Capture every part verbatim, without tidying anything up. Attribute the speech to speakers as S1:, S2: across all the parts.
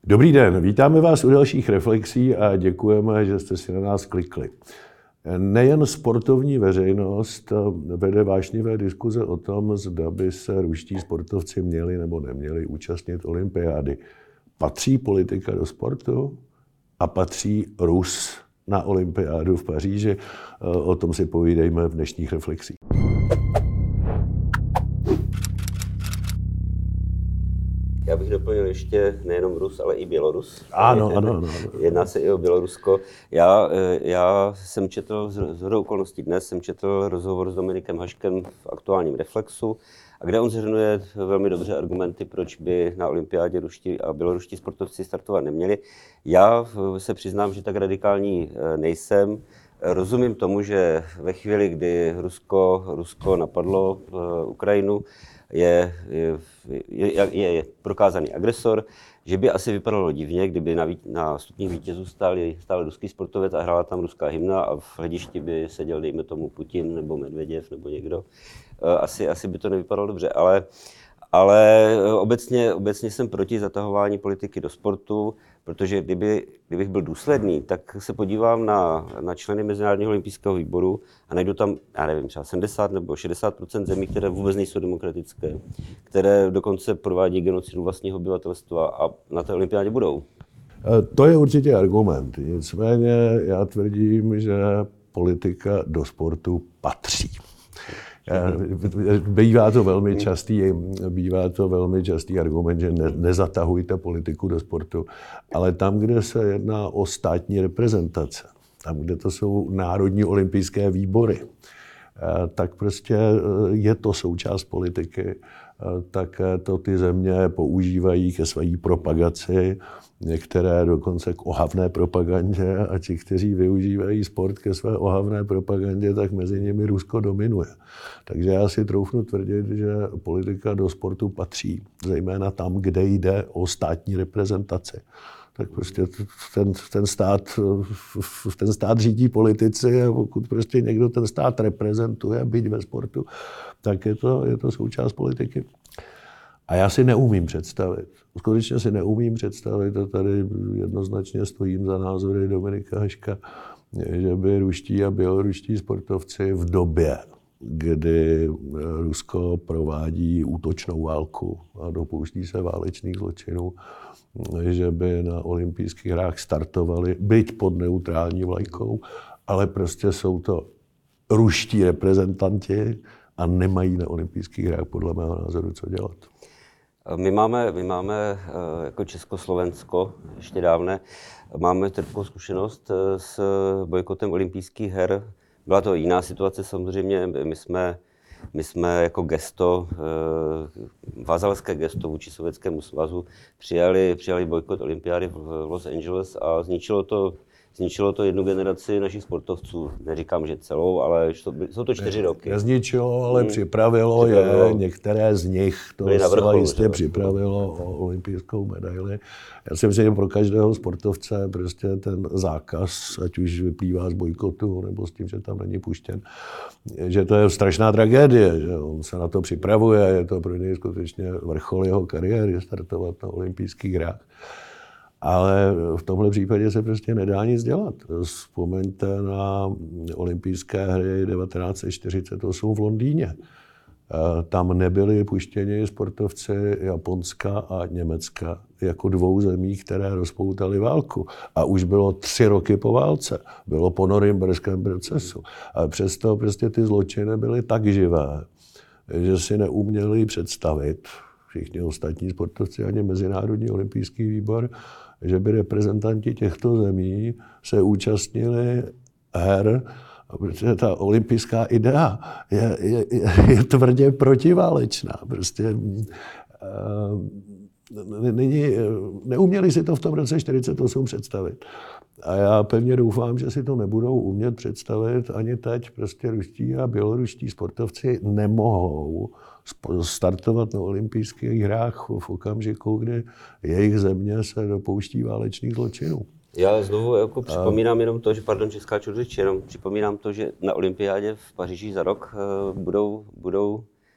S1: Dobrý den, vítáme vás u dalších reflexí a děkujeme, že jste si na nás klikli. Nejen sportovní veřejnost vede vášnivé diskuze o tom, zda by se ruští sportovci měli nebo neměli účastnit olympiády. Patří politika do sportu a patří Rus na olympiádu v Paříži. O tom si povídejme v dnešních reflexích.
S2: Já bych doplnil ještě nejenom Rus, ale i Bělorus.
S1: Ano, ano, ano.
S2: Jedná se i o Bělorusko. Já, já jsem četl, z hodou okolností dnes jsem četl rozhovor s Dominikem Haškem v Aktuálním Reflexu, a kde on shrnuje velmi dobře argumenty, proč by na olympiádě ruští a běloruští sportovci startovat neměli. Já se přiznám, že tak radikální nejsem. Rozumím tomu, že ve chvíli, kdy Rusko, Rusko napadlo Ukrajinu, je, je, je, je prokázaný agresor, že by asi vypadalo divně, kdyby na, na stupních vítězů stáli, stále ruský sportovec a hrála tam ruská hymna a v hledišti by seděl, dejme tomu, Putin nebo Medveděv nebo někdo. Asi, asi by to nevypadalo dobře, ale, ale obecně, obecně jsem proti zatahování politiky do sportu, protože kdyby, kdybych byl důsledný, tak se podívám na, na členy Mezinárodního olympijského výboru a najdu tam, já nevím, třeba sedmdesát nebo šedesát procent zemí, které vůbec nejsou demokratické, které dokonce provádí genocidu vlastního obyvatelstva a na té olympiádě budou.
S1: To je určitě argument. Nicméně já tvrdím, že politika do sportu patří. Bývá to velmi častý, bývá to velmi častý argument, že ne, nezatahujte politiku do sportu, ale tam, kde se jedná o státní reprezentace, tam, kde to jsou národní olympijské výbory, tak prostě je to součást politiky, tak to ty země používají ke své propagaci, některé dokonce k ohavné propagandě, a ti, kteří využívají sport ke své ohavné propagandě, tak mezi nimi Rusko dominuje. Takže já si troufnu tvrdit, že politika do sportu patří, zejména tam, kde jde o státní reprezentaci. Tak prostě ten, ten, stát, ten stát řídí politici a pokud prostě někdo ten stát reprezentuje, byť ve sportu, tak je to, je to součást politiky. A já si neumím představit, skutečně si neumím představit, a tady jednoznačně stojím za názory Dominika Haška, že by ruští a běloruští sportovci v době, kdy Rusko provádí útočnou válku a dopouští se válečných zločinů, že by na olympijských hrách startovali, byť pod neutrální vlajkou, ale prostě jsou to ruští reprezentanti a nemají na olympijských hrách podle mého názoru co dělat.
S2: My máme, my máme jako Československo ještě dávné, máme trpkou zkušenost s bojkotem olympijských her. Byla to jiná situace samozřejmě, my jsme, my jsme jako gesto, vazalské gesto vůči Sovětskému svazu přijali, přijali bojkot olympiády v Los Angeles a zničilo to Zničilo to jednu generaci našich sportovců. Neříkám, že celou, ale jsou to čtyři
S1: ne,
S2: roky.
S1: Nezničilo, ale hmm. připravilo, připravilo je. Některé z nich to zcela jistě připravilo o olympijskou medaili. Já si myslím, že pro každého sportovce prostě ten zákaz, ať už vyplývá z bojkotu, nebo s tím, že tam není puštěn, že to je strašná tragédie, že on se na to připravuje, je to pro něj skutečně vrchol jeho kariéry startovat na olympijských hrách. Ale v tomhle případě se prostě nedá nic dělat. Vzpomeňte na olympijské hry devatenáct set čtyřicet osm v Londýně. Tam nebyli puštěni sportovci Japonska a Německa jako dvou zemí, které rozpoutaly válku. A už bylo tři roky po válce. Bylo po norimberském procesu. A přesto prostě ty zločiny byly tak živé, že si neuměli představit všichni ostatní sportovci ani Mezinárodní olympijský výbor, že by reprezentanti těchto zemí se účastnili her, protože ta olympijská idea je, je, je, je tvrdě protiválečná. Prostě uh, není, neuměli si to v tom roce čtyřicet osm představit. A já pevně doufám, že si to nebudou umět představit ani teď. Prostě ruští a běloruští sportovci nemohou startovat na olympijských hrách v okamžiku, kdy jejich země se dopouští válečných zločinů.
S2: Já znovu jako připomínám jenom to, že, pardon, že skáču řeč, jenom připomínám to, že na olympiádě v Paříži za rok budou, budou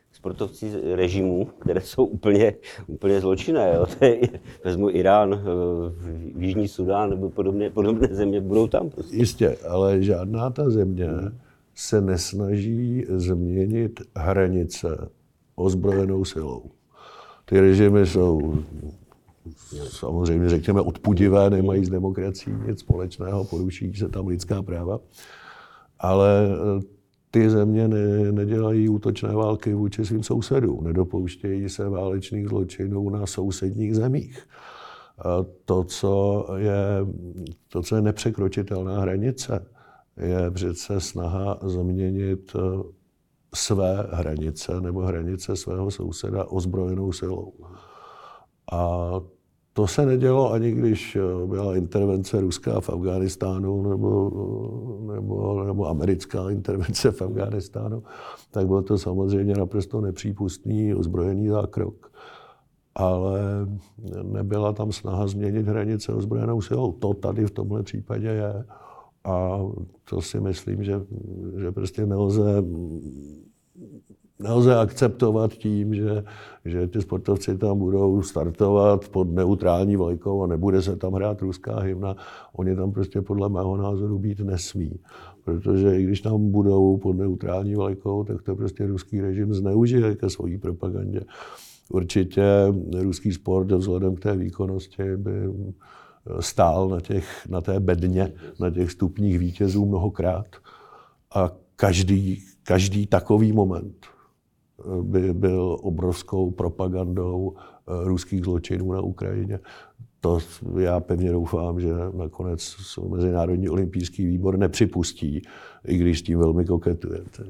S2: sportovci režimů, které jsou úplně, úplně zločinné. Jo. To je, vezmu Irán, Jižní Sudán nebo podobné, podobné země, budou tam. Prostě.
S1: Jistě, ale žádná ta země se nesnaží změnit hranice ozbrojenou silou. Ty režimy jsou samozřejmě, řekněme, odpudivé, nemají s demokracií nic společného, poruší se tam lidská práva, ale ty země ne, nedělají útočné války vůči svým sousedům, nedopouštějí se válečných zločinů na sousedních zemích. A to, co je, to, co je nepřekročitelná hranice, je přece snaha změnit své hranice nebo hranice svého souseda ozbrojenou silou. A to se nedělo ani když byla intervence ruská v Afghánistánu nebo, nebo, nebo americká intervence v Afghánistánu, tak byl to samozřejmě naprosto nepřípustný ozbrojený zákrok. Ale nebyla tam snaha změnit hranice ozbrojenou silou. To tady v tomhle případě je. A to si myslím, že, že prostě nelze, nelze akceptovat tím, že, že ty sportovci tam budou startovat pod neutrální vlajkou a nebude se tam hrát ruská hymna. Oni tam prostě podle mého názoru být nesmí. Protože i když tam budou pod neutrální vlajkou, tak to prostě ruský režim zneužije ke své propagandě. Určitě ruský sport vzhledem k té výkonnosti by stál na, těch, na té bedně, na těch stupních vítězů mnohokrát. A každý, každý takový moment by byl obrovskou propagandou ruských zločinů na Ukrajině. To já pevně doufám, že nakonec Mezinárodní olympijský výbor nepřipustí, i když s tím velmi koketujete.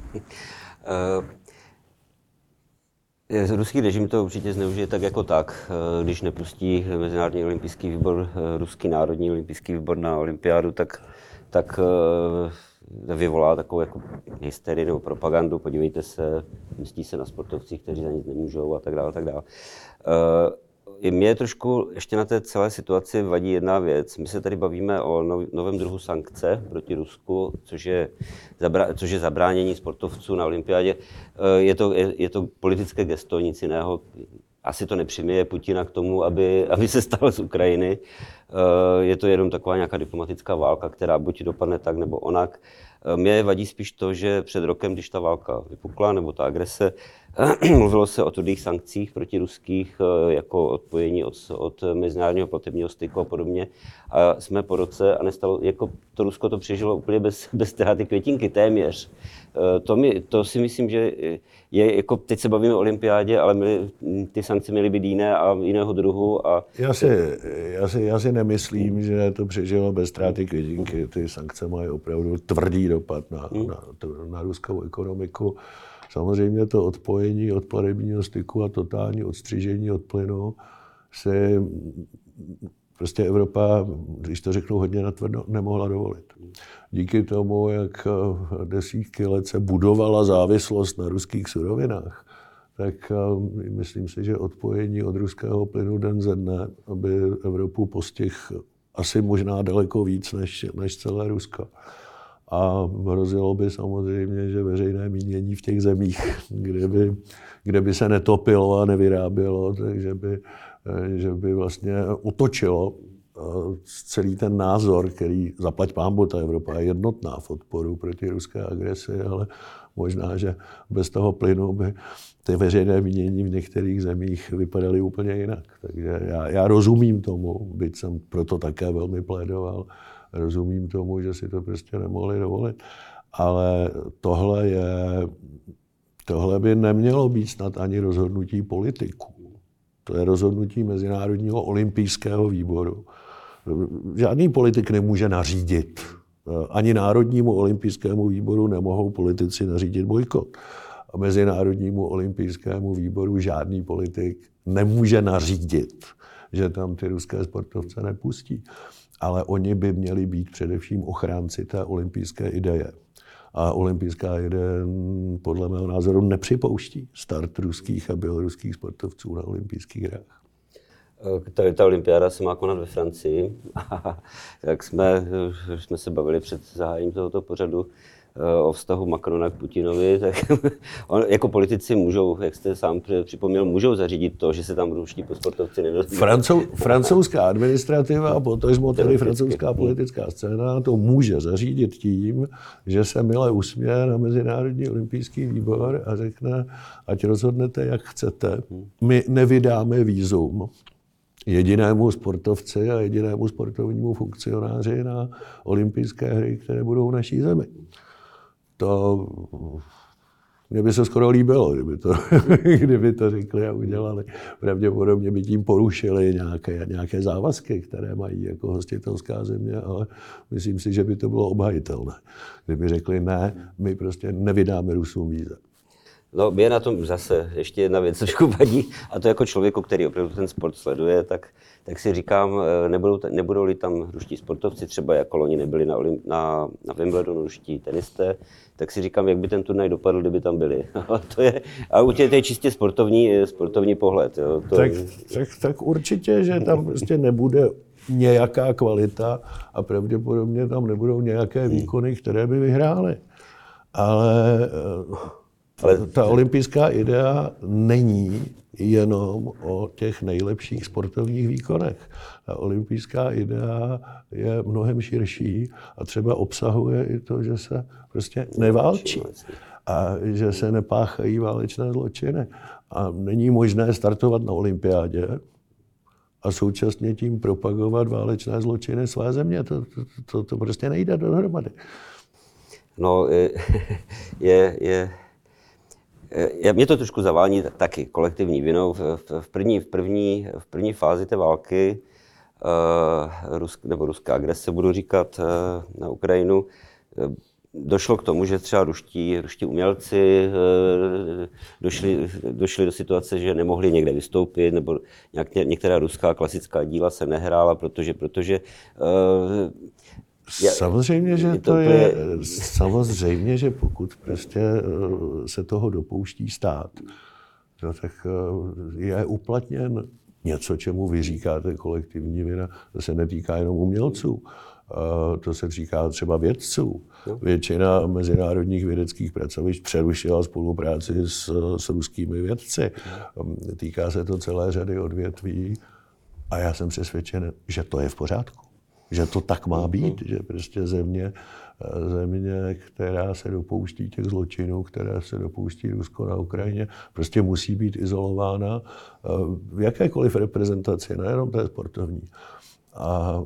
S2: Ruský režim to určitě zneužije tak jako tak, když nepustí Mezinárodní olympijský výbor, Ruský národní olympijský výbor na olympiádu, tak, tak vyvolá takovou jako hysterii nebo propagandu. Podívejte se, myslí se na sportovcích, kteří za nic nemůžou a tak dále, tak dále. Mě trošku ještě na té celé situaci vadí jedna věc. My se tady bavíme o novém druhu sankce proti Rusku, což je, zabra, což je zabránění sportovců na olympiádě. Je to, je, je to politické gesto, nic jiného. Asi to nepřiměje Putina k tomu, aby, aby se stal z Ukrajiny. Je to jenom taková nějaká diplomatická válka, která buď dopadne tak nebo onak. Mě vadí spíš to, že před rokem, když ta válka vypukla, nebo ta agrese, mluvilo se o tvrdých sankcích proti ruských, jako odpojení od, od mezinárodního platebního styku a podobně. A jsme po roce a nestalo, jako to Rusko to přežilo úplně bez, bez ztráty květinky, téměř. To, mi, to si myslím, že je, jako teď se bavíme o olympiádě, ale my, ty sankce měly být jiné a jiného druhu. A...
S1: Já, si, já, si, já si nemyslím, že to přežilo bez ztráty květinky. Ty sankce mají opravdu tvrdý dopad na, hmm. na, na ruskou ekonomiku. Samozřejmě to odpojení od platebního styku a totální odstřižení od plynu si prostě Evropa, když to řeknu hodně natvrdo, nemohla dovolit. Díky tomu, jak desítky let se budovala závislost na ruských surovinách, tak myslím si, že odpojení od ruského plynu den ze dne, aby Evropu postihl asi možná daleko víc než, než celé Rusko. A hrozilo by samozřejmě, že veřejné mínění v těch zemích, kde by, kde by se netopilo a nevyrábělo, takže by, že by vlastně otočilo celý ten názor, který zaplať pánbu, ta Evropa je jednotná v odporu proti ruské agresi, ale možná, že bez toho plynu by ty veřejné mínění v některých zemích vypadaly úplně jinak. Takže já, já rozumím tomu, byť jsem proto také velmi plédoval, rozumím tomu, že si to prostě nemohli dovolit. Ale tohle, je, tohle by nemělo být snad ani rozhodnutí politiků. To je rozhodnutí Mezinárodního olympijského výboru. Žádný politik nemůže nařídit. Ani Národnímu olympijskému výboru nemohou politici nařídit bojkot. A Mezinárodnímu olympijskému výboru žádný politik nemůže nařídit, že tam ty ruské sportovce nepustí. Ale oni by měli být především ochránci té olympijské ideje. A olympijská ideje podle mého názoru nepřipouští start ruských a běloruských sportovců na olympijských hrách.
S2: Ta, ta olympiáda se má konat ve Francii. Tak jsme, jsme se bavili před zahájením tohoto pořadu o vztahu Macrona k Putinovi, tak on, jako politici můžou, jak jste sám připomněl, můžou zařídit to, že se tam ruští sportovci nedostali.
S1: Francou, francouzská administrativa a potažmo tedy francouzská politická scéna to může zařídit tím, že se mile usměje na Mezinárodní olympijský výbor a řekne, ať rozhodnete, jak chcete. My nevydáme vízum jedinému sportovci a jedinému sportovnímu funkcionáři na olympijské hry, které budou v naší zemi. To mně by se skoro líbilo, kdyby to, kdyby to řekli a udělali. Pravděpodobně by tím porušili nějaké, nějaké závazky, které mají jako hostitelská země, ale myslím si, že by to bylo obhajitelné. Kdyby řekli ne, my prostě nevydáme Rusům víza.
S2: No, mě na tom zase ještě jedna věc trošku vadí, a to jako člověku, který opravdu ten sport sleduje, tak, tak si říkám, nebudou, nebudou-li tam ruští sportovci, třeba jako loni nebyli na, na, na Wimbledonu ruští tenisté, tak si říkám, jak by ten turnaj dopadl, kdyby tam byli. Ale to je, a určitě to je čistě sportovní, sportovní pohled. Jo. To...
S1: Tak, tak, tak určitě, že tam prostě nebude nějaká kvalita a pravděpodobně tam nebudou nějaké výkony, které by vyhrály. Ale... Ale ta olympijská idea není jenom o těch nejlepších sportovních výkonech. Ta olympijská idea je mnohem širší a třeba obsahuje i to, že se prostě neválčí a že se nepáchají válečné zločiny. A není možné startovat na olympiádě a současně tím propagovat válečné zločiny své země. To, to, to, to prostě nejde dohromady.
S2: No, je... je, je... Mě to trošku zavání taky kolektivní vinou. V první, v první, v první fázi té války, uh, rusk, nebo ruská agrese, budu říkat, uh, na Ukrajinu, uh, došlo k tomu, že třeba ruští, ruští umělci uh, došli, došli do situace, že nemohli někde vystoupit, nebo nějak, některá ruská klasická díla se nehrála, protože, protože uh,
S1: Samozřejmě, že to je, samozřejmě, že pokud prostě se toho dopouští stát, no, tak je uplatněn něco, čemu vy říkáte kolektivní vina. To se netýká jenom umělců, to se týká třeba vědců. Většina mezinárodních vědeckých pracovišť přerušila spolupráci s, s ruskými vědci. Týká se to celé řady odvětví a já jsem přesvědčen, že to je v pořádku. Že to tak má být, že prostě země, země, která se dopouští těch zločinů, které se dopouští Rusko na Ukrajině, prostě musí být izolována v jakékoliv reprezentaci, nejenom té sportovní. A,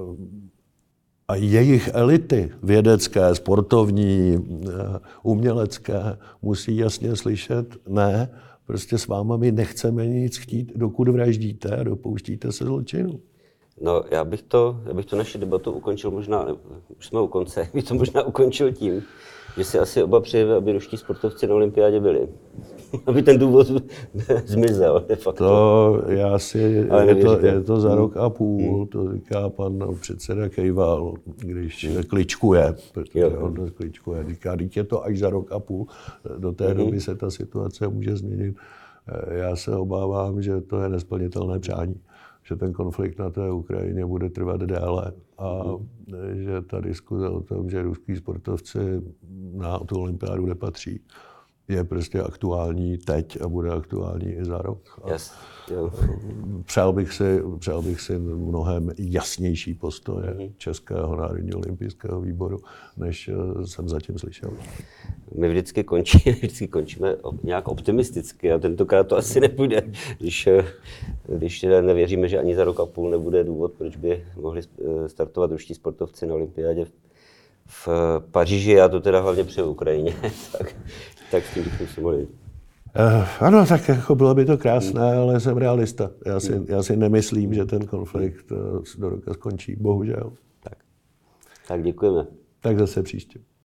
S1: a jejich elity vědecké, sportovní, umělecké musí jasně slyšet, ne, prostě s váma my nechceme nic chtít, dokud vraždíte a dopouštíte se zločinu.
S2: No, já bych to, já bych to naši debatu ukončil možná, už jsme u konce, bych to možná ukončil tím, že si asi oba přejeme, aby ruští sportovci na olympiádě byli. Aby ten důvod zmizel de facto.
S1: To já si, je to, je to za rok a půl, hmm. to říká pan předseda Kejval, když hmm. kličkuje, protože jo. on kličkuje, říká, teď je to až za rok a půl, do té hmm. doby se ta situace může změnit. Já se obávám, že to je nesplnitelné přání, že ten konflikt na té Ukrajině bude trvat déle a že ta diskuze o tom, že ruský sportovci na tu olympiádu nepatří, je prostě aktuální teď a bude aktuální i za rok.
S2: Yes. Jo.
S1: Přál bych si, přál bych si mnohem jasnější postoje Českého národního olympijského výboru, než jsem zatím slyšel.
S2: My vždycky, končí, vždycky končíme nějak optimisticky a tentokrát to asi nepůjde, když, když nevěříme, že ani za rok a půl nebude důvod, proč by mohli startovat ruští sportovci na olympiádě v Paříži. Já to teda hlavně přeju Ukrajině, tak, tak s tím bychom si mohli.
S1: Uh, ano, tak jako bylo by to krásné, ale jsem realista. Já si, já si nemyslím, že ten konflikt do roka skončí, bohužel.
S2: Tak, tak děkujeme.
S1: Tak zase příště.